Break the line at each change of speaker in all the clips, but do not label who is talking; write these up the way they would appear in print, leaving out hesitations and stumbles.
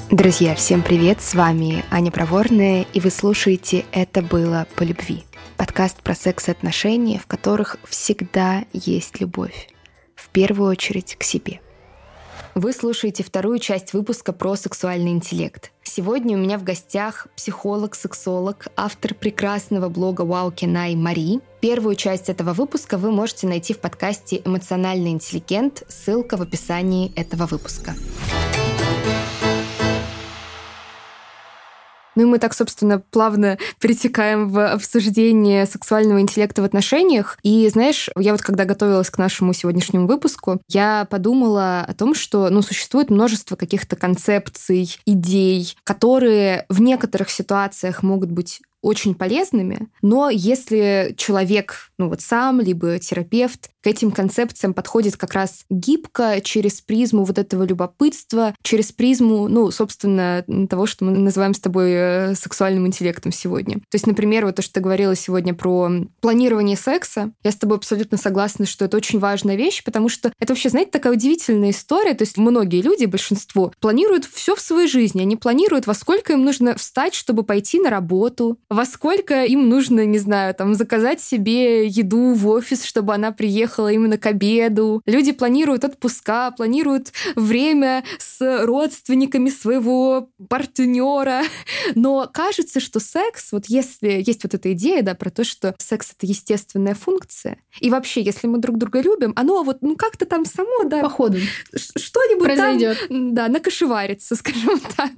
Друзья, всем привет! С вами Аня Проворная, и вы слушаете «Это было по любви». Подкаст про секс и отношения, в которых всегда есть любовь. В первую очередь к себе. Вы слушаете вторую часть выпуска про сексуальный интеллект. Сегодня у меня в гостях психолог, сексолог, автор прекрасного блога Wow Can I Мари. Первую часть этого выпуска вы можете найти в подкасте «Эмоциональный интеллигент», ссылка в описании этого выпуска. Ну и мы так, собственно, плавно перетекаем в обсуждение сексуального интеллекта в отношениях. И знаешь, я вот когда готовилась к нашему сегодняшнему выпуску, я подумала о том, что существует множество каких-то концепций, идей, которые в некоторых ситуациях могут быть очень полезными, но если человек, сам, либо терапевт, к этим концепциям подходит как раз гибко, через призму вот этого любопытства, через призму, собственно, того, что мы называем с тобой сексуальным интеллектом сегодня. То есть, например, вот то, что ты говорила сегодня про планирование секса, я с тобой абсолютно согласна, что это очень важная вещь, потому что это вообще, знаете, такая удивительная история. То есть многие люди, большинство, планируют все в своей жизни. Они планируют, во сколько им нужно встать, чтобы пойти на работу, во сколько им нужно, заказать себе еду в офис, чтобы она приехала именно к обеду. Люди планируют отпуска, планируют время с родственниками своего партнера. Но кажется, что секс, если есть вот эта идея, про то, что секс — это естественная функция, и вообще, если мы друг друга любим, оно как-то там само,
по ходу
что-нибудь
произойдет.
Накошеварится, скажем так.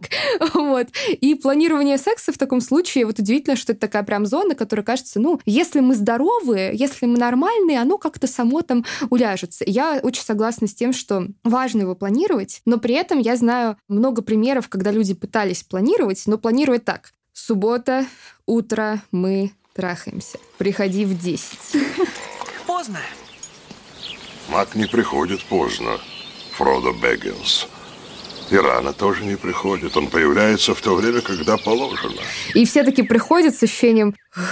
И планирование секса в таком случае, удивительно, что это такая прям зона, которая кажется, если мы здоровые, если мы нормальные, оно как-то само там уляжется. Я очень согласна с тем, что важно его планировать, но при этом я знаю много примеров, когда люди пытались планировать, но планировать так. Суббота, утро, мы трахаемся. Приходи в 10.
Поздно.
Маг не приходит поздно, Фродо Бэггинс. И рано тоже не приходит. Он появляется в то время, когда положено.
И все таки приходят с ощущением: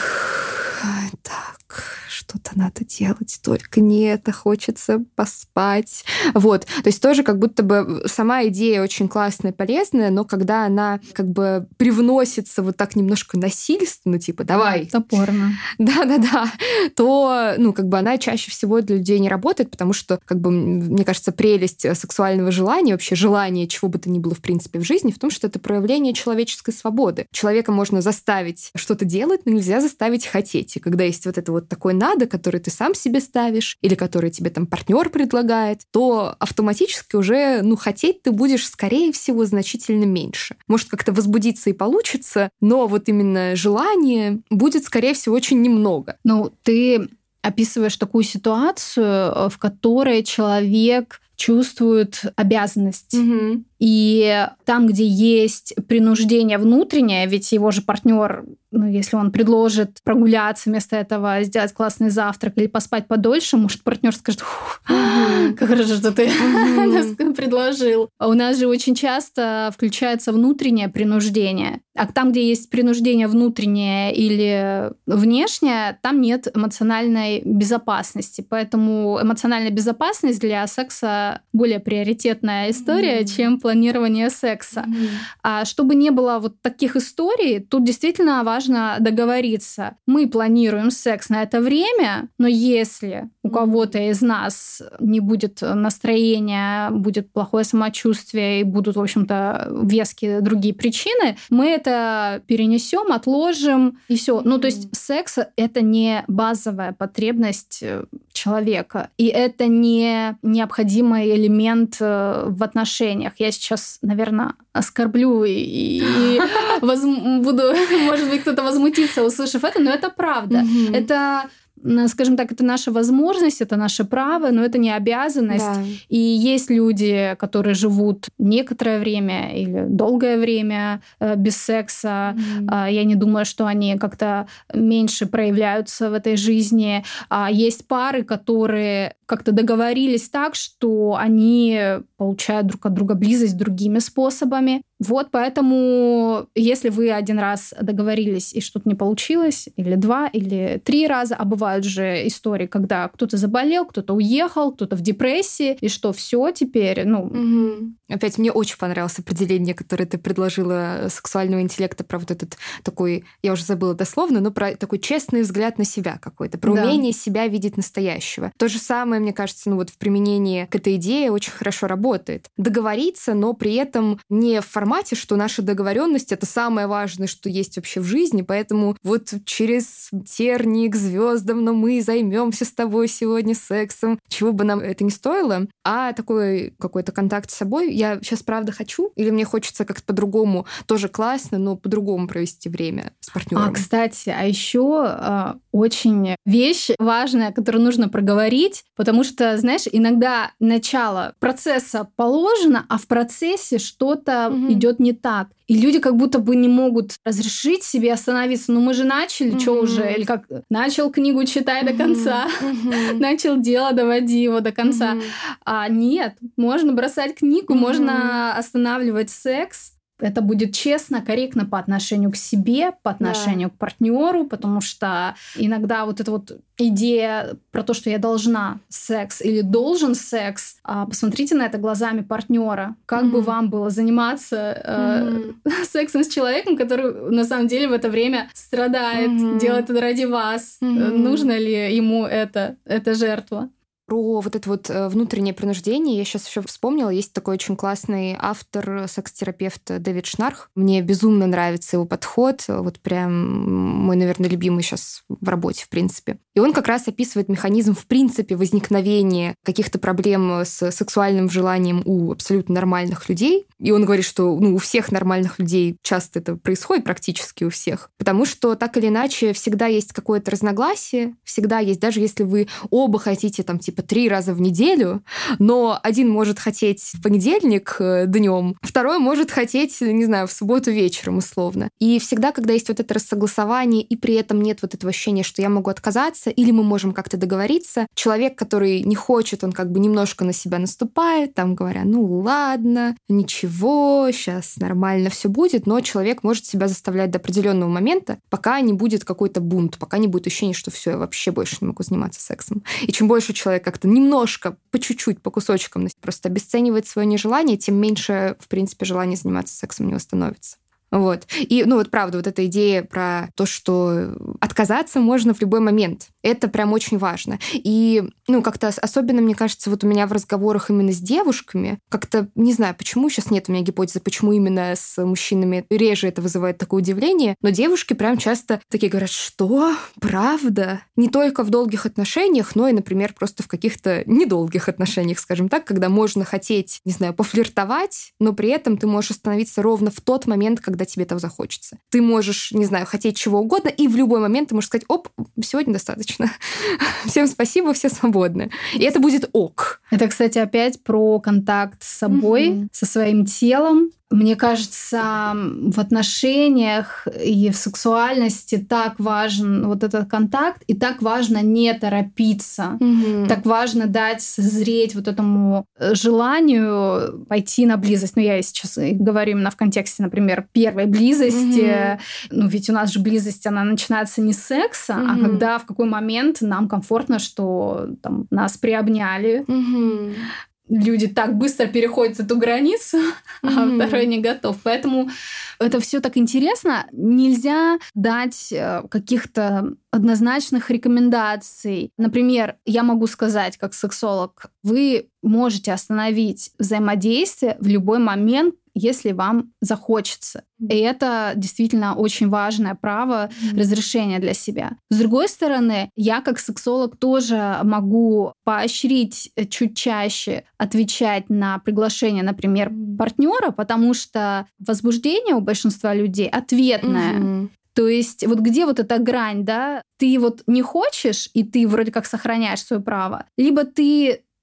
так, что-то надо делать, только не это, хочется поспать. То есть тоже как будто бы сама идея очень классная, полезная, но когда она привносится вот так немножко насильственно, давай.
Топорно.
Да-да-да. То, она чаще всего для людей не работает, потому что, мне кажется, прелесть сексуального желания, вообще желание чего бы то ни было, в принципе, в жизни, в том, что это проявление человеческой свободы. Человека можно заставить что-то делать, но нельзя заставить хотеть. И когда есть вот это такое надо, которое ты сам себе ставишь, или которое тебе партнер предлагает, то автоматически уже, хотеть ты будешь, скорее всего, значительно меньше. Может, как-то возбудиться и получится, но именно желание будет, скорее всего, очень немного.
Ты описываешь такую ситуацию, в которой человек чувствует обязанность.
Угу.
И там, где есть принуждение внутреннее, ведь его же партнер, если он предложит прогуляться, вместо этого сделать классный завтрак или поспать подольше, может, партнер скажет: как хорошо, что ты предложил. А у нас же очень часто включается внутреннее принуждение. А там, где есть принуждение внутреннее или внешнее, там нет эмоциональной безопасности. Поэтому эмоциональная безопасность для секса более приоритетная история, чем планирование секса. А чтобы не было таких историй, тут действительно важно договориться. Мы планируем секс на это время, но если у кого-то из нас не будет настроения, будет плохое самочувствие и будут, в общем-то, веские другие причины, мы это перенесем, отложим, и все. То есть секс — это не базовая потребность человека, и это не необходимый элемент в отношениях. Я сейчас, наверное, оскорблю и буду, может быть, кто-то возмутится, услышав это, но это правда. Это, скажем так, это наша возможность, это наше право, но это не обязанность.
Да.
И есть люди, которые живут некоторое время или долгое время без секса. Я не думаю, что они как-то меньше проявляются в этой жизни. Есть пары, которые как-то договорились так, что они получают друг от друга близость другими способами. Вот поэтому, если вы один раз договорились и что-то не получилось, или 2, или 3 раза, а бывают же истории, когда кто-то заболел, кто-то уехал, кто-то в депрессии, и что все теперь,
Опять мне очень понравилось определение, которое ты предложила сексуального интеллекта про вот этот такой, я уже забыла дословно, но про такой честный взгляд на себя какой-то, про умение себя видеть настоящего. То же самое, мне кажется, вот в применении к этой идее очень хорошо работает. Договориться, но при этом не в формате, что наша договоренность это самое важное, что есть вообще в жизни, поэтому вот через терник к звездам, но мы займемся с тобой сегодня сексом, чего бы нам это ни стоило, а такой какой-то контакт с собой. Я сейчас правда хочу, или мне хочется как-то по-другому, тоже классно, но по-другому провести время с партнером.
Кстати, еще очень вещь важная, которую нужно проговорить, потому что, знаешь, иногда начало процесса положено, а в процессе что-то идет не так. И люди как будто бы не могут разрешить себе остановиться. Ну мы же начали, что уже? Или как начал книгу, читай до конца, начал дело, доводи его до конца. А нет, можно бросать книгу, можно останавливать секс. Это будет честно, корректно по отношению к себе, по отношению к партнеру, потому что иногда вот эта вот идея про то, что я должна секс или должен секс, посмотрите на это глазами партнера. Как бы вам было заниматься сексом с человеком, который на самом деле в это время страдает, делает это ради вас? Нужно ли ему эта жертва?
Про вот это вот внутреннее принуждение я сейчас еще вспомнила. Есть такой очень классный автор, секс-терапевт Дэвид Шнарх. Мне безумно нравится его подход. Вот прям мой, наверное, любимый сейчас в работе, в принципе. И он как раз описывает механизм, в принципе, возникновения каких-то проблем с сексуальным желанием у абсолютно нормальных людей. И он говорит, что у всех нормальных людей часто это происходит, практически у всех. Потому что так или иначе всегда есть какое-то разногласие, всегда есть, даже если вы оба хотите там типа 3 раза в неделю, но один может хотеть в понедельник днем, второй может хотеть, не знаю, в субботу вечером условно. И всегда, когда есть вот это рассогласование, и при этом нет вот этого ощущения, что я могу отказаться, или мы можем как-то договориться, человек, который не хочет, он как бы немножко на себя наступает, там говоря, ладно, ничего, сейчас нормально все будет, но человек может себя заставлять до определенного момента, пока не будет какой-то бунт, пока не будет ощущения, что все, я вообще больше не могу заниматься сексом. И чем больше человек как-то немножко, по чуть-чуть, по кусочкам просто обесценивает свое нежелание, тем меньше, в принципе, желание заниматься сексом у него становится. Вот. И, вот правда, вот эта идея про то, что отказаться можно в любой момент. Это прям очень важно. И, как-то особенно, мне кажется, вот у меня в разговорах именно с девушками, как-то, не знаю, почему, сейчас нет у меня гипотезы, почему именно с мужчинами реже это вызывает такое удивление, но девушки прям часто такие говорят, что? Правда? Не только в долгих отношениях, но и, например, просто в каких-то недолгих отношениях, скажем так, когда можно хотеть, не знаю, пофлиртовать, но при этом ты можешь остановиться ровно в тот момент, когда тебе этого захочется. Ты можешь, не знаю, хотеть чего угодно, и в любой момент ты можешь сказать, оп, сегодня достаточно. Всем спасибо, все свободны. И это будет ок.
Это, кстати, опять про контакт с собой, со своим телом. Мне кажется, в отношениях и в сексуальности так важен вот этот контакт, и так важно не торопиться, так важно дать созреть вот этому желанию пойти на близость. Я сейчас говорю именно в контексте, например, первой близости. Ведь у нас же близость, она начинается не с секса, а когда, в какой момент нам комфортно, что там, нас приобняли. Люди так быстро переходят эту границу, а второй не готов. Поэтому это все так интересно. Нельзя дать каких-то однозначных рекомендаций. Например, я могу сказать, как сексолог, вы можете остановить взаимодействие в любой момент, если вам захочется. И это действительно очень важное право разрешения для себя. С другой стороны, я как сексолог тоже могу поощрить чуть чаще отвечать на приглашение, например, партнера, потому что возбуждение у большинства людей ответное. То есть вот где вот эта грань, да? Ты вот не хочешь, и ты вроде как сохраняешь свое право, либо ты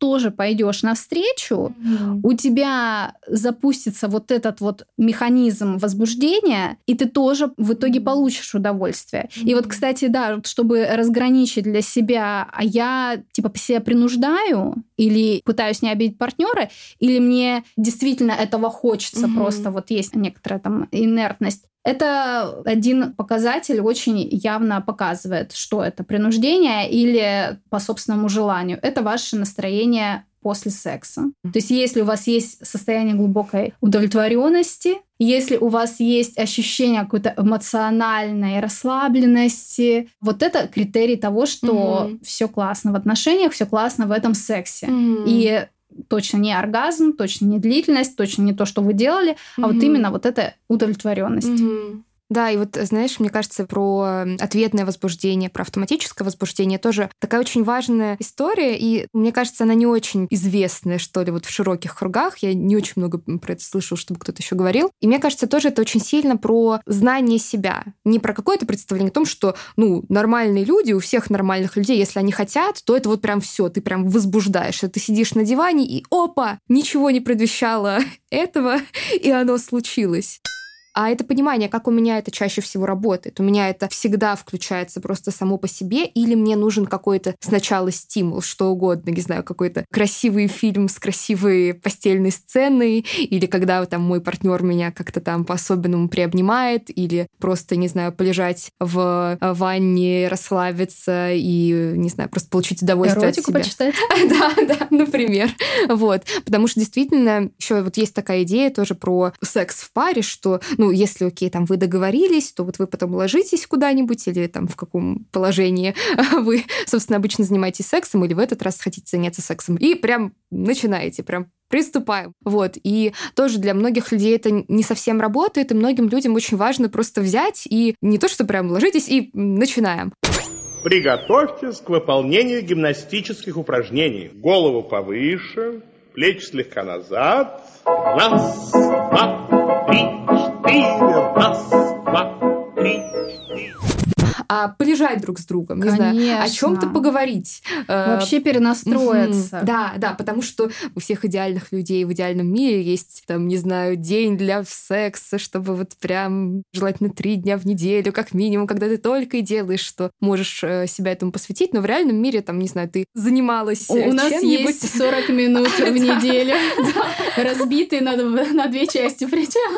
тоже пойдешь навстречу, у тебя запустится вот этот вот механизм возбуждения, и ты тоже в итоге получишь удовольствие. И вот, кстати, да, чтобы разграничить для себя, а я типа себя принуждаю или пытаюсь не обидеть партнера, или мне действительно этого хочется, просто вот есть некоторая там инертность. Это один показатель очень явно показывает, что это принуждение или по собственному желанию. Это ваше настроение после секса. То есть если у вас есть состояние глубокой удовлетворенности, если у вас есть ощущение какой-то эмоциональной расслабленности, вот это критерий того, что все классно в отношениях, все классно в этом сексе. И точно не оргазм, точно не длительность, точно не то, что вы делали, а вот именно вот эта удовлетворенность.
Да, и вот, знаешь, мне кажется, про ответное возбуждение, про автоматическое возбуждение тоже такая очень важная история, и мне кажется, она не очень известная, что ли, вот в широких кругах. Я не очень много про это слышала, чтобы кто-то еще говорил. И мне кажется, тоже это очень сильно про знание себя. Не про какое-то представление о том, что, нормальные люди, у всех нормальных людей, если они хотят, то это вот прям все, ты прям возбуждаешься. Ты сидишь на диване, и опа, ничего не предвещало этого, и оно случилось. А это понимание, как у меня это чаще всего работает. У меня это всегда включается просто само по себе, или мне нужен какой-то сначала стимул, что угодно, не знаю, какой-то красивый фильм с красивой постельной сценой, или когда там мой партнер меня как-то там по-особенному приобнимает, или просто, не знаю, полежать в ванне, расслабиться и, не знаю, просто получить удовольствие
эротику
от себя.
почитать.
Да, например. Вот. Потому что действительно еще вот есть такая идея тоже про секс в паре, что если, окей, там вы договорились, то вот вы потом ложитесь куда-нибудь или там в каком положении вы, собственно, обычно занимаетесь сексом или в этот раз хотите заняться сексом. И прям начинаете, прям приступаем. Вот. И тоже для многих людей это не совсем работает, и многим людям очень важно просто взять и не то, что прям ложитесь и начинаем.
Приготовьтесь к выполнению гимнастических упражнений. Голову повыше, плечи слегка назад. Раз, два, три, четыре. Раз, два, три, четыре.
А полежать друг с другом, не знаю, о чем-то поговорить.
Вообще перенастроиться.
Да, потому что у всех идеальных людей в идеальном мире есть, там, не знаю, день для секса, чтобы вот прям желательно 3 дня в неделю, как минимум, когда ты только и делаешь, что можешь себя этому посвятить, но в реальном мире, там, не знаю, ты занималась
У нас есть 40 минут в неделю, разбитые на 2 части причем.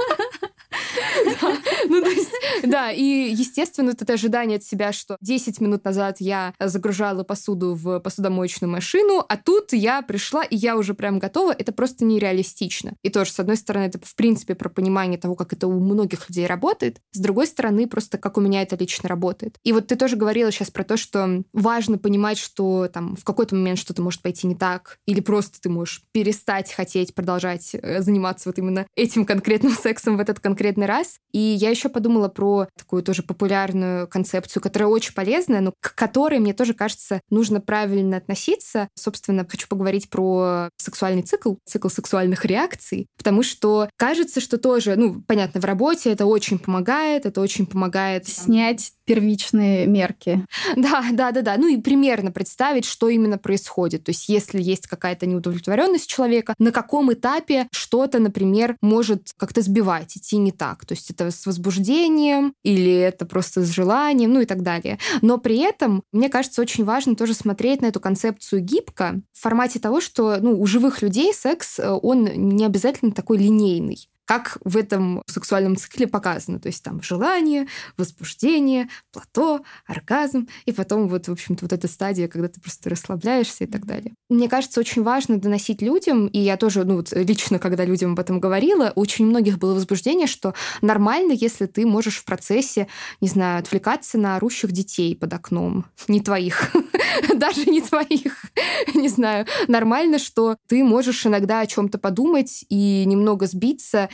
Да, и, естественно, это ожидание от себя, что 10 минут назад я загружала посуду в посудомоечную машину, а тут я пришла, и я уже прям готова. Это просто нереалистично. И тоже, с одной стороны, это, в принципе, про понимание того, как это у многих людей работает. С другой стороны, просто как у меня это лично работает. И вот ты тоже говорила сейчас про то, что важно понимать, что там в какой-то момент что-то может пойти не так, или просто ты можешь перестать хотеть продолжать заниматься вот именно этим конкретным сексом в этот конкретный раз. И я еще подумала про такую тоже популярную концепцию, которая очень полезная, но к которой, мне тоже кажется, нужно правильно относиться. Собственно, хочу поговорить про сексуальный цикл сексуальных реакций, потому что кажется, что тоже, понятно, в работе это очень помогает
снять первичные мерки.
Да. И примерно представить, что именно происходит. То есть, если есть какая-то неудовлетворенность человека, на каком этапе что-то, например, может как-то сбивать, идти не так. То есть, это с возбуждением или это просто с желанием, и так далее. Но при этом, мне кажется, очень важно тоже смотреть на эту концепцию гибко в формате того, что у живых людей секс, он не обязательно такой линейный, как в этом сексуальном цикле показано. То есть там желание, возбуждение, плато, оргазм, и потом вот, в общем-то, вот эта стадия, когда ты просто расслабляешься и так далее. Мне кажется, очень важно доносить людям, и я тоже, лично, когда людям об этом говорила, у очень многих было возбуждение, что нормально, если ты можешь в процессе, не знаю, отвлекаться на орущих детей под окном. Не твоих. Даже не твоих. Не знаю. Нормально, что ты можешь иногда о чем-то подумать и немного сбиться,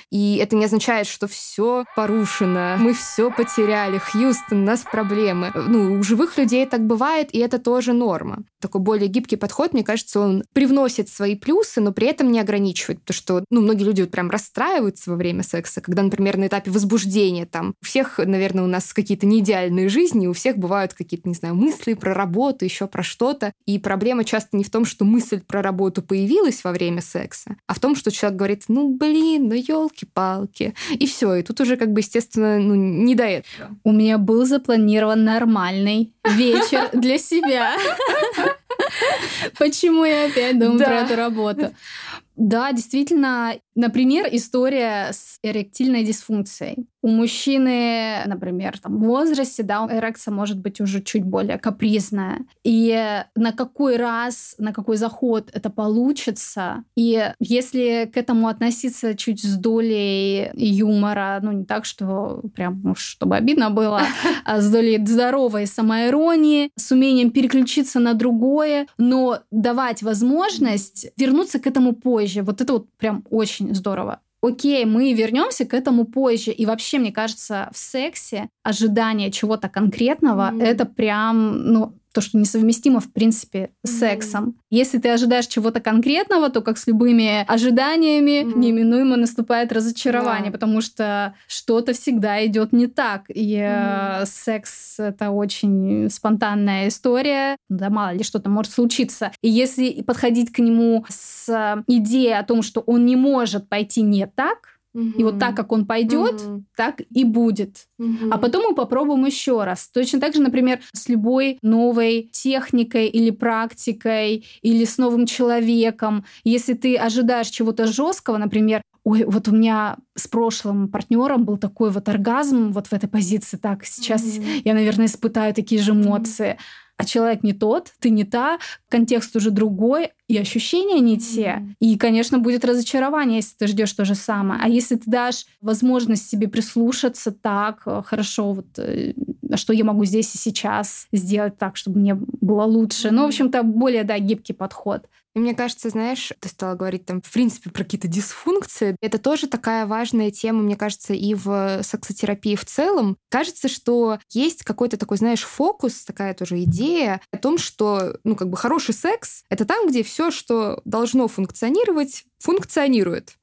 И это не означает, что все порушено, мы все потеряли, Хьюстон, у нас проблемы. Ну, у живых людей так бывает, и это тоже норма. Такой более гибкий подход, мне кажется, он привносит свои плюсы, но при этом не ограничивает. Потому что, ну, многие люди вот прям расстраиваются во время секса, когда, например, на этапе возбуждения там у всех, наверное, у нас какие-то неидеальные жизни, у всех бывают какие-то, не знаю, мысли про работу, еще про что-то. И проблема часто не в том, что мысль про работу появилась во время секса, а в том, что человек говорит, ну, блин, ну, елки-палки. И все, и тут уже, как бы, естественно, ну, не до этого.
У меня был запланирован нормальный вечер для себя. Почему я опять думаю про эту работу? Да, действительно, например, история с эректильной дисфункцией. У мужчины, например, там, в возрасте, да, эрекция может быть уже чуть более капризная. И на какой раз, на какой заход это получится, и если к этому относиться чуть с долей юмора, ну, не так, что прям, уж чтобы обидно было, а с долей здоровой самоиронии, с умением переключиться на другое, но давать возможность вернуться к этому позже. Вот это вот прям очень здорово. Окей, мы вернемся к этому позже. И вообще, мне кажется, в сексе ожидание чего-то конкретного это прям, ну, то, что несовместимо, в принципе, с сексом. Если ты ожидаешь чего-то конкретного, то, как с любыми ожиданиями, неминуемо наступает разочарование, потому что что-то всегда идет не так. И секс — это очень спонтанная история. Да, мало ли что-то может случиться. И если подходить к нему с идеей о том, что он не может пойти не так, и вот так, как он пойдет, так и будет. А потом мы попробуем еще раз. Точно так же, например, с любой новой техникой или практикой, или с новым человеком. Если ты ожидаешь чего-то жесткого, например, ой, вот у меня с прошлым партнером был такой вот оргазм вот в этой позиции, так, сейчас я, наверное, испытаю такие же эмоции. А человек не тот, ты не та, контекст уже другой, и ощущения не те. И, конечно, будет разочарование, если ты ждешь то же самое. А если ты дашь возможность себе прислушаться, так, хорошо, вот что я могу здесь и сейчас сделать так, чтобы мне было лучше. Ну, в общем-то, более, да, гибкий подход.
И мне кажется, знаешь, ты стала говорить там, в принципе, про какие-то дисфункции. Это тоже такая важная тема, мне кажется, и в сексотерапии в целом. Кажется, что есть какой-то такой, знаешь, фокус, такая тоже идея о том, что, ну, как бы хороший секс — это там, где все, что должно функционировать, функционирует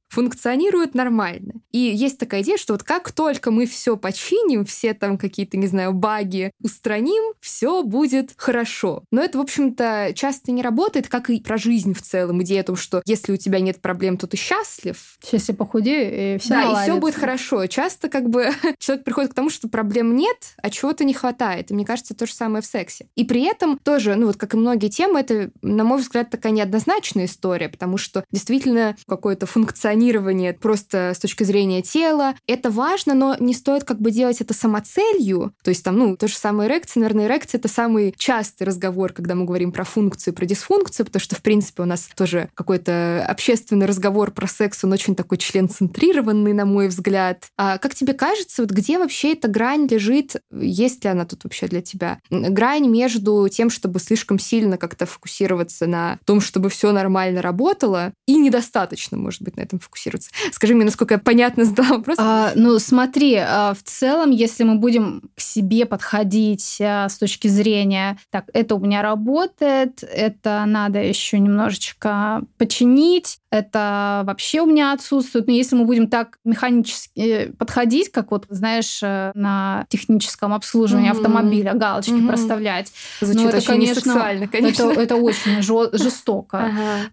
нормально. И есть такая идея, что вот как только мы все починим, все там какие-то, не знаю, баги устраним, все будет хорошо. Но это, в общем-то, часто не работает, как и про жизнь в целом. Идея о том, что если у тебя нет проблем, то ты счастлив.
Сейчас я похудею, и все наладится.
Да, и все будет хорошо. Часто как бы человек приходит к тому, что проблем нет, а чего-то не хватает. И мне кажется, то же самое в сексе. И при этом тоже, ну вот как и многие темы, это, на мой взгляд, такая неоднозначная история, потому что действительно какое-то функционирование просто с точки зрения тела. Это важно, но не стоит как бы делать это самоцелью. То есть там, ну, то же самое эрекция. Наверное, эрекция — это самый частый разговор, когда мы говорим про функцию, про дисфункцию, потому что, в принципе, у нас тоже какой-то общественный разговор про секс, он очень такой член-центрированный, на мой взгляд. А как тебе кажется, вот где вообще эта грань лежит? Есть ли она тут вообще для тебя? Грань между тем, чтобы слишком сильно как-то фокусироваться на том, чтобы все нормально работало, и недостаточно, может быть, на этом фокусироваться. Скажи мне, насколько я понятно задала вопрос.
Ну, смотри, в целом, если мы будем к себе подходить с точки зрения, так, это у меня работает, это надо еще немножечко починить, это вообще у меня отсутствует. Но если мы будем так механически подходить, как вот, знаешь, на техническом обслуживании автомобиля галочки проставлять,
звучит
это,
очень
конечно,
несексуально, конечно.
Это очень жестоко.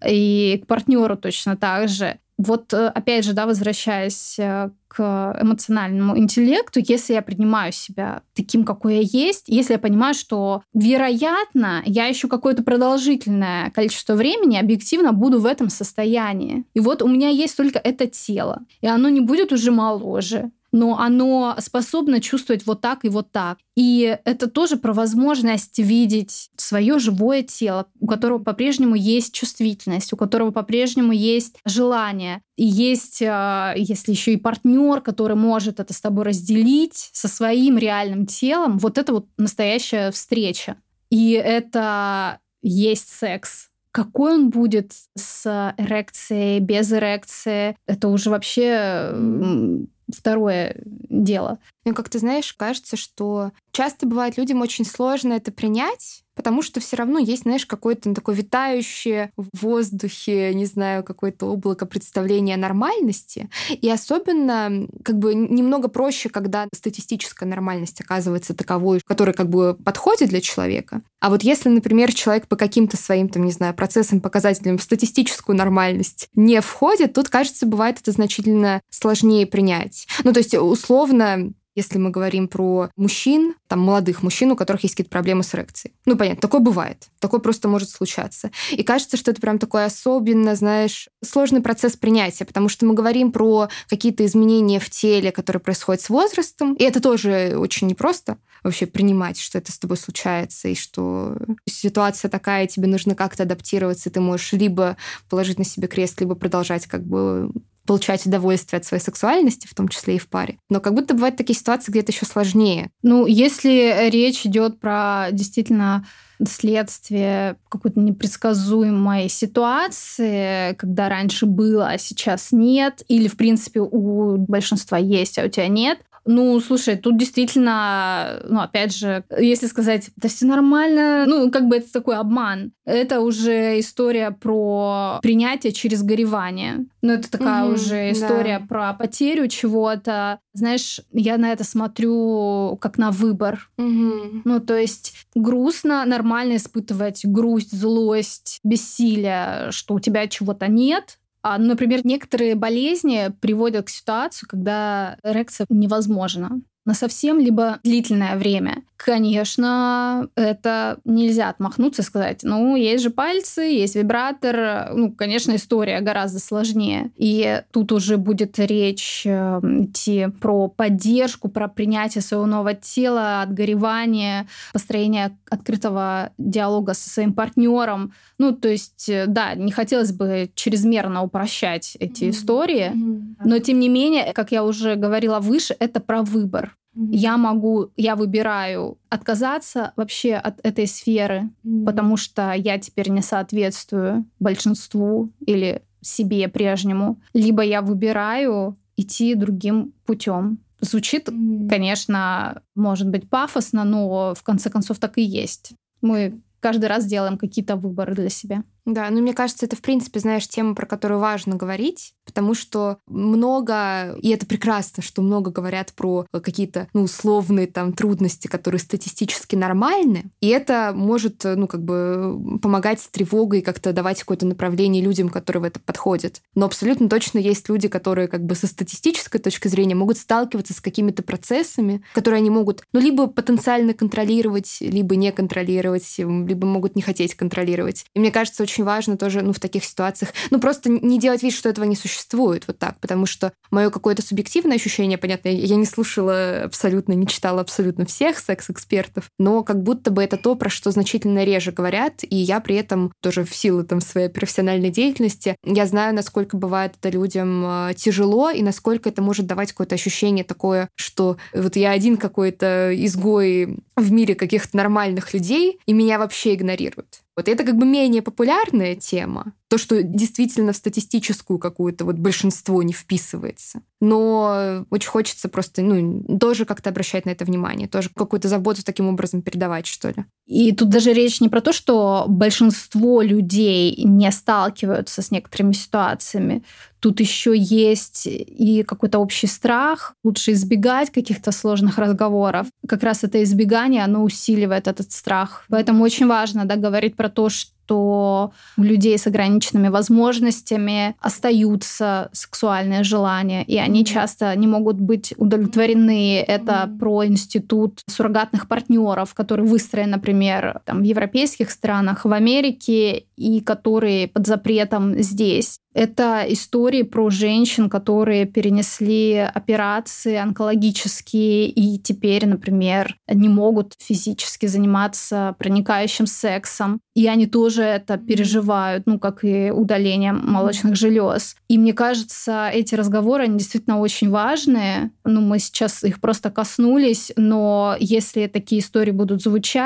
И к партнеру точно так же. Вот опять же, да, возвращаясь к эмоциональному интеллекту, если я принимаю себя таким, какой я есть, если я понимаю, что, вероятно, я еще какое-то продолжительное количество времени объективно буду в этом состоянии. И вот у меня есть только это тело, и оно не будет уже моложе, но оно способно чувствовать вот так и вот так. И это тоже про возможность видеть свое живое тело, у которого по-прежнему есть чувствительность, у которого по-прежнему есть желание. И есть, если еще и партнер, который может это с тобой разделить со своим реальным телом, вот это вот настоящая встреча. И это есть секс, какой он будет с эрекцией, без эрекции, это уже вообще второе дело.
Ну, как ты знаешь, кажется, что часто бывает людям очень сложно это принять, потому что все равно есть, знаешь, какое-то такое витающее в воздухе, не знаю, какое-то облако представления о нормальности. И особенно как бы немного проще, когда статистическая нормальность оказывается таковой, которая как бы подходит для человека. А вот если, например, человек по каким-то своим, там, не знаю, процессам, показателям в статистическую нормальность не входит, тут, кажется, бывает это значительно сложнее принять. Ну, то есть, условно, если мы говорим про мужчин, там, молодых мужчин, у которых есть какие-то проблемы с эрекцией. Ну, понятно, такое бывает. Такое просто может случаться. И кажется, что это прям такой особенно, знаешь, сложный процесс принятия, потому что мы говорим про какие-то изменения в теле, которые происходят с возрастом. И это тоже очень непросто вообще принимать, что это с тобой случается, и что ситуация такая, тебе нужно как-то адаптироваться, и ты можешь либо положить на себе крест, либо продолжать как бы получать удовольствие от своей сексуальности, в том числе и в паре. Но как будто бывают такие ситуации, где это еще сложнее.
Ну, если речь идет про действительно следствие какой-то непредсказуемой ситуации, когда раньше было, а сейчас нет, или, в принципе, у большинства есть, а у тебя нет, ну, слушай, тут действительно, ну, опять же, если сказать, да все нормально, ну, как бы это такой обман. Это уже история про принятие через горевание. Ну, это такая уже история про потерю чего-то. Знаешь, я на это смотрю как на выбор. Ну, то есть грустно, нормально испытывать грусть, злость, бессилие, что у тебя чего-то нет. Например, некоторые болезни приводят к ситуации, когда эрекция невозможна на совсем либо длительное время. Конечно, это нельзя отмахнуться и сказать, ну, есть же пальцы, есть вибратор. Ну, конечно, история гораздо сложнее. И тут уже будет речь идти про поддержку, про принятие своего нового тела, отгоревание, построение открытого диалога со своим партнером. Ну, то есть, да, не хотелось бы чрезмерно упрощать эти истории, но, тем не менее, как я уже говорила выше, это про выбор. Я выбираю отказаться вообще от этой сферы, потому что я теперь не соответствую большинству или себе прежнему. Либо я выбираю идти другим путем. Звучит, конечно, может быть пафосно, но в конце концов так и есть. Мы каждый раз делаем какие-то выборы для себя.
Да, ну мне кажется, это, в принципе, знаешь, тема, про которую важно говорить, потому что много, и это прекрасно, что много говорят про какие-то, ну, условные там трудности, которые статистически нормальны, и это может, ну, как бы помогать с тревогой, как-то давать какое-то направление людям, которые в это подходят. Но абсолютно точно есть люди, которые как бы со статистической точки зрения могут сталкиваться с какими-то процессами, которые они могут, ну, либо потенциально контролировать, либо не контролировать, либо могут не хотеть контролировать. И мне кажется, очень важно тоже, ну, в таких ситуациях, ну, просто не делать вид, что этого не существует вот так, потому что мое какое-то субъективное ощущение, понятно, я не слушала абсолютно, не читала абсолютно всех секс-экспертов, но как будто бы это то, про что значительно реже говорят, и я при этом тоже в силу там своей профессиональной деятельности, я знаю, насколько бывает это людям тяжело, и насколько это может давать какое-то ощущение такое, что вот я один какой-то изгой в мире каких-то нормальных людей, и меня вообще игнорируют. Вот это как бы менее популярная тема, то, что действительно в статистическую какую-то вот большинство не вписывается. Но очень хочется просто, ну, тоже как-то обращать на это внимание, тоже какую-то заботу таким образом передавать, что ли.
И тут даже речь не про то, что большинство людей не сталкиваются с некоторыми ситуациями. Тут еще есть и какой-то общий страх, лучше избегать каких-то сложных разговоров. Как раз это избегание, оно усиливает этот страх. Поэтому очень важно, да, говорить про то, что у людей с ограниченными возможностями остаются сексуальные желания, и они часто не могут быть удовлетворены. Это про институт суррогатных партнеров, который выстроен, например, там, в европейских странах, в Америке, и который под запретом здесь. Это истории про женщин, которые перенесли операции онкологические и теперь, например, не могут физически заниматься проникающим сексом. И они тоже это переживают, ну, как и удаление молочных желез. И мне кажется, эти разговоры, они действительно очень важные. Ну, мы сейчас их просто коснулись, но если такие истории будут звучать,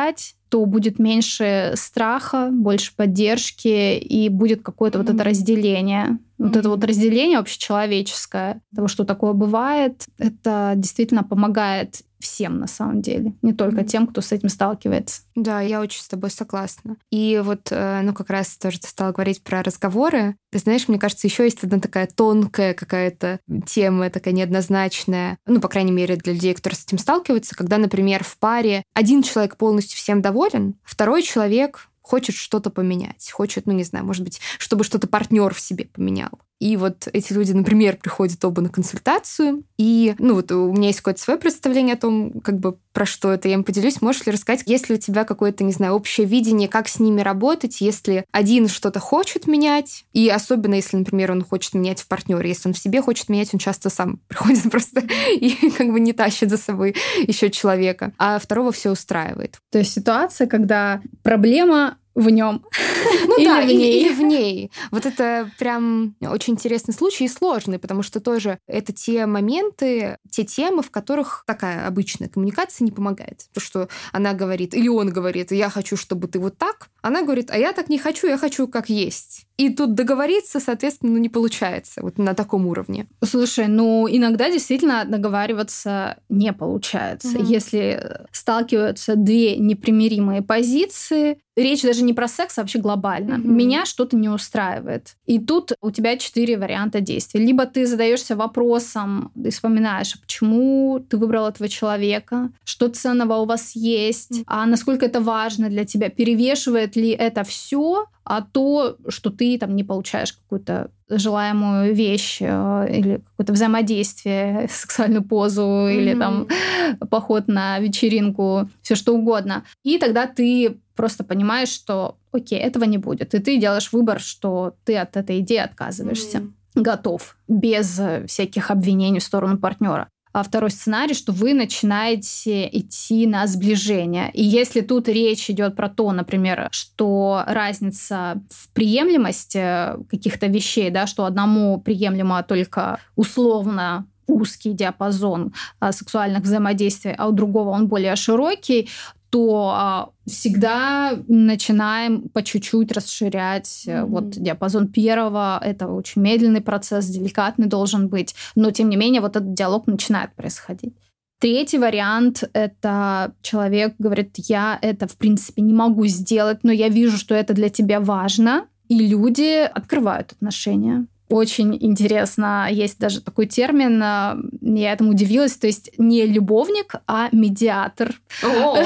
то будет меньше страха, больше поддержки, и будет какое-то вот это разделение. Вот это вот разделение общечеловеческое, того, что такое бывает, это действительно помогает всем на самом деле, не только тем, кто с этим сталкивается.
Да, я очень с тобой согласна. И вот, как раз тоже ты стала говорить про разговоры. Ты знаешь, мне кажется, еще есть одна такая тонкая какая-то тема, такая неоднозначная, по крайней мере, для людей, которые с этим сталкиваются, когда, например, в паре один человек полностью всем доволен, второй человек хочет что-то поменять, хочет, не знаю, может быть, чтобы что-то партнер в себе поменял. И вот эти люди, например, приходят оба на консультацию, и, у меня есть какое-то свое представление о том, про что это, я им поделюсь. Можешь ли рассказать, есть ли у тебя какое-то, не знаю, общее видение, как с ними работать, если один что-то хочет менять, и особенно, если, например, он хочет менять в партнере, если он в себе хочет менять, он часто сам приходит просто и не тащит за собой еще человека, а второго все устраивает.
То есть ситуация, когда проблема в нем.
Или в ней. Вот это прям очень интересный случай и сложный, потому что тоже это те моменты, те темы, в которых такая обычная коммуникация не помогает. То, что она говорит, или он говорит, я хочу, чтобы ты вот так. Она говорит, а я так не хочу, я хочу как есть. И тут договориться, соответственно, не получается вот на таком уровне.
Слушай, иногда действительно договариваться не получается. Если сталкиваются две непримиримые позиции, речь даже не про секс, а вообще глобально. Меня что-то не устраивает. И тут у тебя 4 варианта действий. Либо ты задаешься вопросом и вспоминаешь, почему ты выбрал этого человека, что ценного у вас есть, а насколько это важно для тебя, перевешивает ли это все, а то, что ты там не получаешь какую-то желаемую вещь или какое-то взаимодействие, сексуальную позу или там поход на вечеринку, все что угодно. И тогда ты просто понимаешь, что окей, этого не будет. И ты делаешь выбор, что ты от этой идеи отказываешься. Готов. Без всяких обвинений в сторону партнера. А второй сценарий, что вы начинаете идти на сближение. И если тут речь идет про то, например, что разница в приемлемости каких-то вещей, да, что одному приемлемо только условно узкий диапазон сексуальных взаимодействий, а у другого он более широкий, то всегда начинаем по чуть-чуть расширять вот диапазон первого. Это очень медленный процесс, деликатный должен быть. Но, тем не менее, вот этот диалог начинает происходить. Третий вариант — это человек говорит, я это, в принципе, не могу сделать, но я вижу, что это для тебя важно. И люди открывают отношения. Очень интересно, есть даже такой термин, я этому удивилась, то есть не любовник, а медиатор. Да,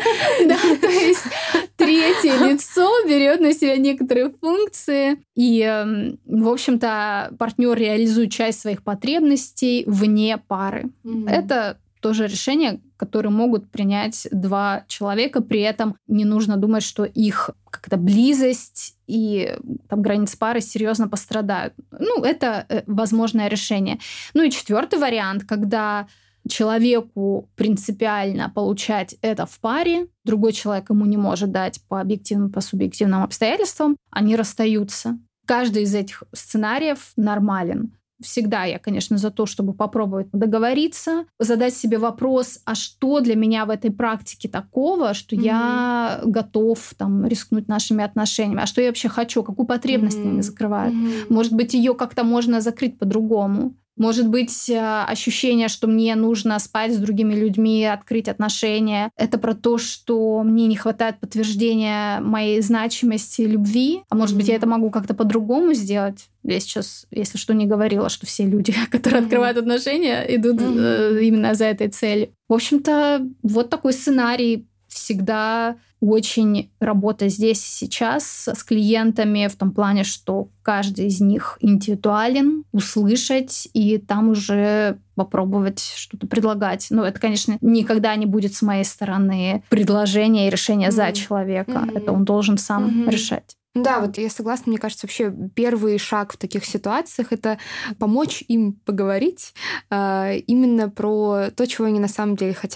то есть третье лицо берет на себя некоторые функции, и, в общем-то, партнер реализует часть своих потребностей вне пары. Это тоже решение, которое могут принять 2 человека, при этом не нужно думать, что их как-то близость и там границы пары серьезно пострадают. Это возможное решение. И 4-й вариант, когда человеку принципиально получать это в паре, другой человек ему не может дать по объективным, по субъективным обстоятельствам, они расстаются. Каждый из этих сценариев нормален. Всегда я, конечно, за то, чтобы попробовать договориться, задать себе вопрос, а что для меня в этой практике такого, что я готов рискнуть нашими отношениями, а что я вообще хочу, какую потребность они закрывают. Может быть, ее как-то можно закрыть по-другому. Может быть, ощущение, что мне нужно спать с другими людьми, открыть отношения. Это про то, что мне не хватает подтверждения моей значимости и любви. А может быть, я это могу как-то по-другому сделать. Я сейчас, если что, не говорила, что все люди, которые открывают отношения, идут именно за этой целью. В общем-то, вот такой сценарий. Всегда очень работа здесь и сейчас с клиентами в том плане, что каждый из них индивидуален, услышать и там уже попробовать что-то предлагать. Это, конечно, никогда не будет с моей стороны предложение и решение за человека. Это он должен сам решать.
Да, вот я согласна. Мне кажется, вообще первый шаг в таких ситуациях — это помочь им поговорить именно про то, чего они на самом деле хотят.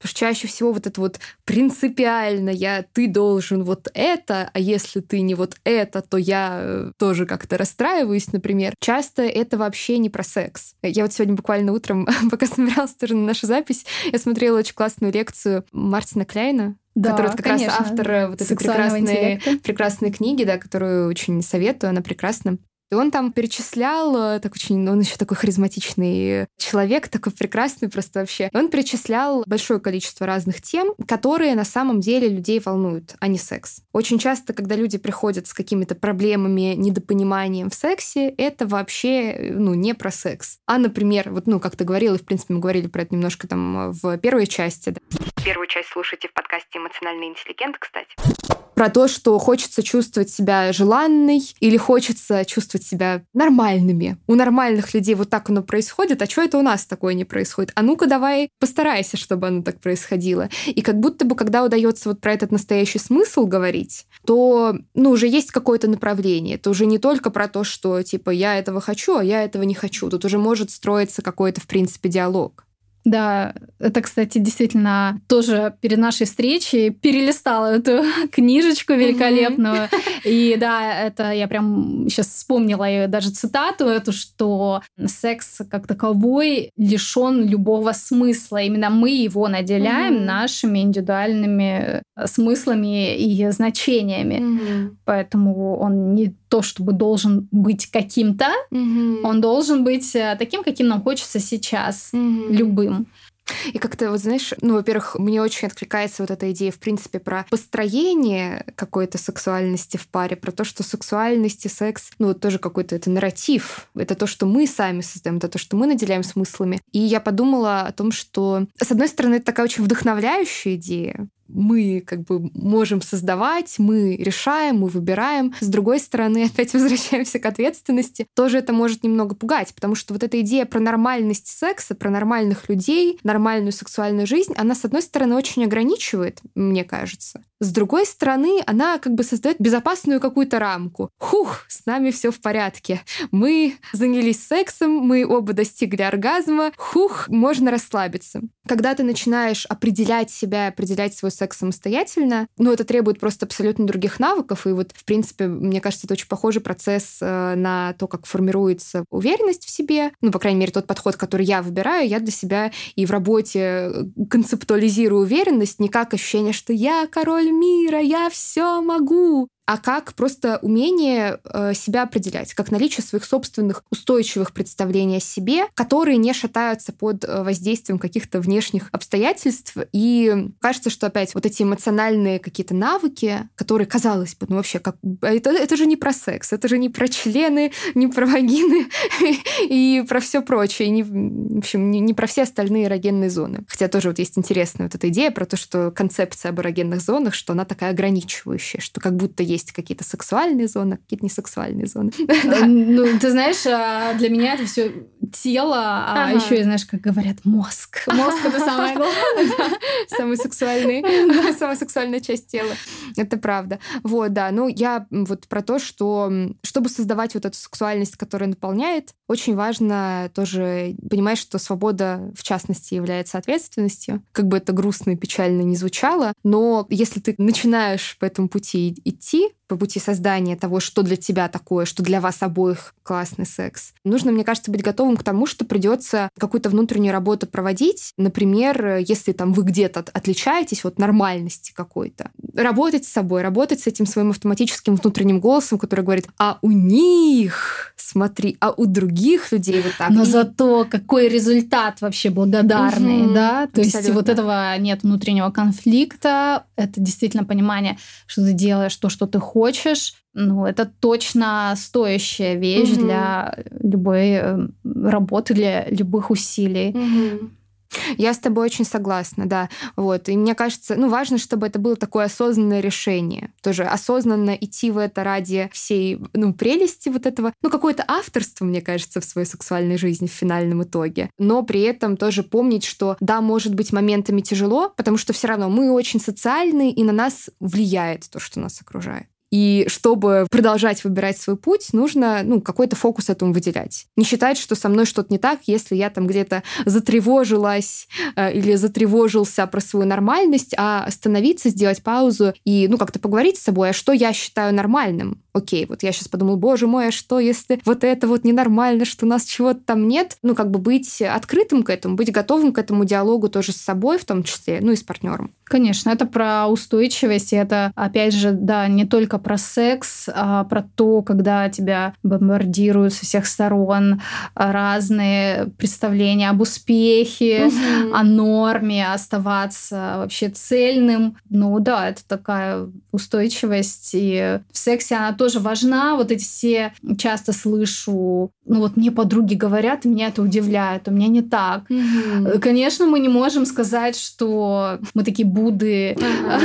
Потому что чаще всего вот это вот принципиально ты должен вот это, а если ты не вот это, то я тоже как-то расстраиваюсь, например. Часто это вообще не про секс. Я вот сегодня буквально утром, пока собиралась тоже на нашу запись, я смотрела очень классную лекцию Мартина Кляйна, который как
конечно,
раз автор вот этой прекрасной книги, да, которую очень советую, она прекрасна. И он там перечислял, он еще такой харизматичный человек, такой прекрасный просто вообще. Он перечислял большое количество разных тем, которые на самом деле людей волнуют, а не секс. Очень часто, когда люди приходят с какими-то проблемами, недопониманием в сексе, это вообще, не про секс. А, например, как ты говорила, и, в принципе, мы говорили про это немножко там в первой части. Да.
Первую часть слушайте в подкасте «Эмоциональный интеллигент», кстати.
Про то, что хочется чувствовать себя желанной или хочется чувствовать себя нормальными. У нормальных людей вот так оно происходит, а что это у нас такое не происходит? А ну-ка давай постарайся, чтобы оно так происходило. И как будто бы, когда удается вот про этот настоящий смысл говорить, то, уже есть какое-то направление. Это уже не только про то, что, типа, я этого хочу, а я этого не хочу. Тут уже может строиться какой-то, в принципе, диалог.
Да, это, кстати, действительно тоже перед нашей встречей перелистала эту книжечку великолепную. И да, это я прям сейчас вспомнила и даже цитату эту, что секс как таковой лишён любого смысла. Именно мы его наделяем нашими индивидуальными смыслами и значениями. Поэтому он не то, чтобы должен быть каким-то, он должен быть таким, каким нам хочется сейчас, любым.
И как-то, вот знаешь, во-первых, мне очень откликается вот эта идея, в принципе, про построение какой-то сексуальности в паре, про то, что сексуальность и секс, тоже какой-то это нарратив, это то, что мы сами создаем, это то, что мы наделяем смыслами. И я подумала о том, что, с одной стороны, это такая очень вдохновляющая идея, мы как бы можем создавать, мы решаем, мы выбираем. С другой стороны, опять возвращаемся к ответственности. Тоже это может немного пугать, потому что вот эта идея про нормальность секса, про нормальных людей, нормальную сексуальную жизнь, она, с одной стороны, очень ограничивает, мне кажется. С другой стороны, она как бы создает безопасную какую-то рамку. С нами все в порядке. Мы занялись сексом, мы оба достигли оргазма. Можно расслабиться. Когда ты начинаешь определять себя, определять свой секс самостоятельно, это требует просто абсолютно других навыков. И вот, в принципе, мне кажется, это очень похожий процесс на то, как формируется уверенность в себе. По крайней мере, тот подход, который я выбираю, я для себя и в работе концептуализирую уверенность не как ощущение, что я король мира, я все могу, а как просто умение себя определять, как наличие своих собственных устойчивых представлений о себе, которые не шатаются под воздействием каких-то внешних обстоятельств. И кажется, что опять вот эти эмоциональные какие-то навыки, которые, казалось бы, вообще, это же не про секс, это же не про члены, не про вагины и про все прочее, в общем, не про все остальные эрогенные зоны. Хотя тоже вот есть интересная вот эта идея про то, что концепция об эрогенных зонах, что она такая ограничивающая, что как будто есть какие-то сексуальные зоны, какие-то несексуальные зоны.
Ты знаешь, для меня это все тело, а еще, знаешь, как говорят, мозг. Мозг — это самое главное.
Самая сексуальная часть тела. Это правда. Вот, да. Я вот про то, что чтобы создавать вот эту сексуальность, которая наполняет, очень важно тоже понимать, что свобода, в частности, является ответственностью. Как бы это грустно и печально не звучало, но если ты начинаешь по этому пути идти, по пути создания того, что для тебя такое, что для вас обоих классный секс. Нужно, мне кажется, быть готовым к тому, что придется какую-то внутреннюю работу проводить. Например, если там вы где-то отличаетесь от нормальности какой-то. Работать с собой, работать с этим своим автоматическим внутренним голосом, который говорит: а у них, смотри, а у других людей вот так.
Но зато какой результат вообще благодарный, да? То есть вот этого нет внутреннего конфликта, это действительно понимание, что ты делаешь то, что ты хочешь. Это точно стоящая вещь для любой работы, для любых усилий.
Я с тобой очень согласна, да. Вот. И мне кажется, важно, чтобы это было такое осознанное решение. Тоже осознанно идти в это ради всей прелести вот этого. Какое-то авторство, мне кажется, в своей сексуальной жизни в финальном итоге. Но при этом тоже помнить, что да, может быть моментами тяжело, потому что все равно мы очень социальны, и на нас влияет то, что нас окружает. И чтобы продолжать выбирать свой путь, нужно какой-то фокус этому выделять. Не считать, что со мной что-то не так, если я там где-то затревожилась или затревожился про свою нормальность, а остановиться, сделать паузу и как-то поговорить с собой, а что я считаю нормальным. Окей, вот я сейчас подумала, боже мой, а что, если вот это вот ненормально, что у нас чего-то там нет? Быть открытым к этому, быть готовым к этому диалогу тоже с собой в том числе, и с партнером.
Конечно, это про устойчивость, и это, опять же, да, не только про секс, а про то, когда тебя бомбардируют со всех сторон разные представления об успехе, о норме, оставаться вообще цельным. Да, это такая устойчивость, и в сексе она тоже важна. Вот эти все часто слышу, мне подруги говорят, и меня это удивляет, у меня не так. Конечно, мы не можем сказать, что мы такие Будды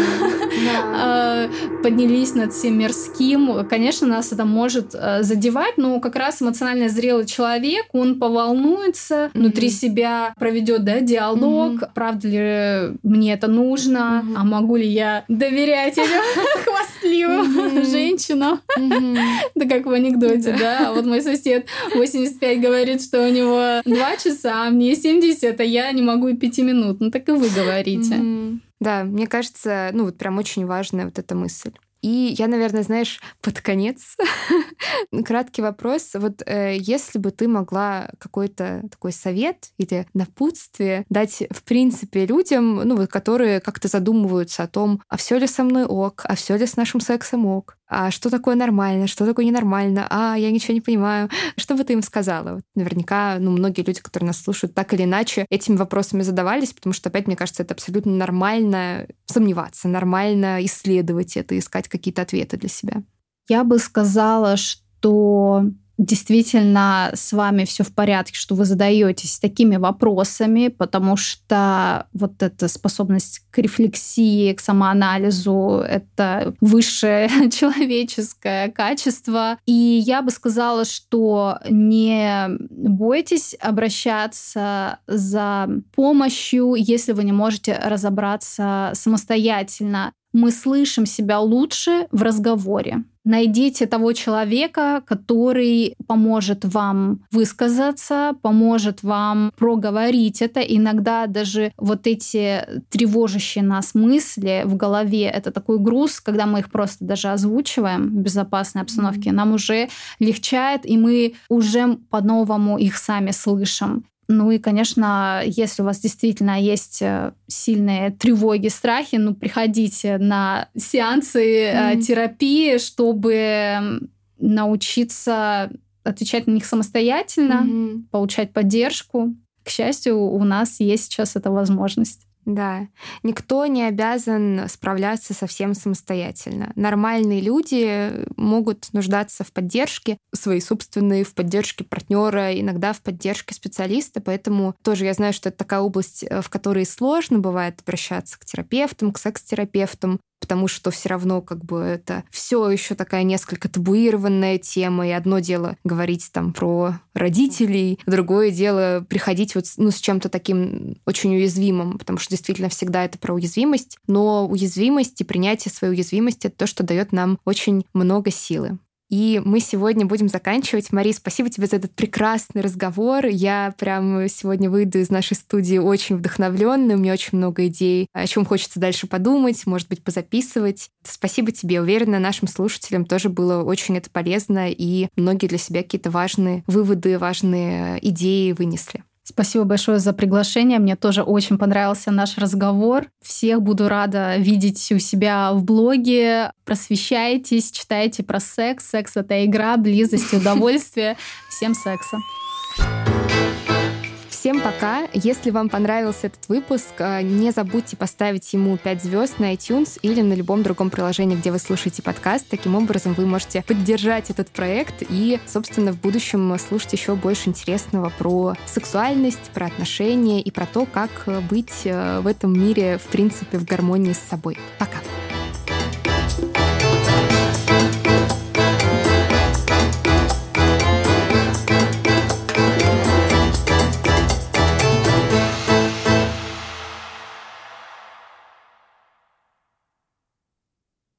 поднялись над всем мирским. Конечно, нас это может задевать, но как раз эмоционально зрелый человек, он поволнуется, внутри себя проведет диалог, правда ли мне это нужно, а могу ли я доверять этим хвастливым женщинам. Да как в анекдоте, да? Вот мой сосед 85 говорит, что у него 2 часа, а мне 70, а я не могу и 5 минут. Так и вы говорите.
Да, мне кажется, прям очень важная вот эта мысль. И я, наверное, под конец краткий вопрос. Вот если бы ты могла какой-то такой совет или напутствие дать, в принципе, людям, которые как-то задумываются о том, а все ли со мной ок, а все ли с нашим сексом ок, а что такое нормально, что такое ненормально, я ничего не понимаю. Что бы ты им сказала? Вот наверняка, многие люди, которые нас слушают, так или иначе этими вопросами задавались, потому что, опять, мне кажется, это абсолютно нормально сомневаться, нормально исследовать это, искать какие-то ответы для себя.
Я бы сказала, что действительно с вами все в порядке, что вы задаетесь такими вопросами, потому что вот эта способность к рефлексии, к самоанализу — это высшее человеческое качество. И я бы сказала, что не бойтесь обращаться за помощью, если вы не можете разобраться самостоятельно. Мы слышим себя лучше в разговоре. Найдите того человека, который поможет вам высказаться, поможет вам проговорить это. Иногда даже вот эти тревожащие нас мысли в голове — это такой груз, когда мы их просто даже озвучиваем в безопасной обстановке, нам уже легчает, и мы уже по-новому их сами слышим. И, конечно, если у вас действительно есть сильные тревоги, страхи, приходите на сеансы терапии, чтобы научиться отвечать на них самостоятельно, получать поддержку. К счастью, у нас есть сейчас эта возможность.
Да, никто не обязан справляться совсем самостоятельно. Нормальные люди могут нуждаться в поддержке своей собственной, в поддержке партнера, иногда в поддержке специалиста. Поэтому тоже я знаю, что это такая область, в которой сложно бывает обращаться к терапевтам, к секс-терапевтам, потому что все равно это все еще такая несколько табуированная тема. И одно дело говорить про родителей, другое дело приходить с чем-то таким очень уязвимым, потому что действительно всегда это про уязвимость. Но уязвимость и принятие своей уязвимости — это то, что дает нам очень много силы. И мы сегодня будем заканчивать. Мари, спасибо тебе за этот прекрасный разговор. Я прям сегодня выйду из нашей студии очень вдохновленной. У меня очень много идей, о чем хочется дальше подумать, может быть, позаписывать. Спасибо тебе. Уверена, нашим слушателям тоже было очень это полезно, и многие для себя какие-то важные выводы, важные идеи вынесли.
Спасибо большое за приглашение. Мне тоже очень понравился наш разговор. Всех буду рада видеть у себя в блоге. Просвещайтесь, читайте про секс. Секс — это игра, близость, удовольствие. Всем секса.
Всем пока. Если вам понравился этот выпуск, не забудьте поставить ему 5 звезд на iTunes или на любом другом приложении, где вы слушаете подкаст. Таким образом, вы можете поддержать этот проект и, собственно, в будущем слушать еще больше интересного про сексуальность, про отношения и про то, как быть в этом мире, в принципе, в гармонии с собой. Пока!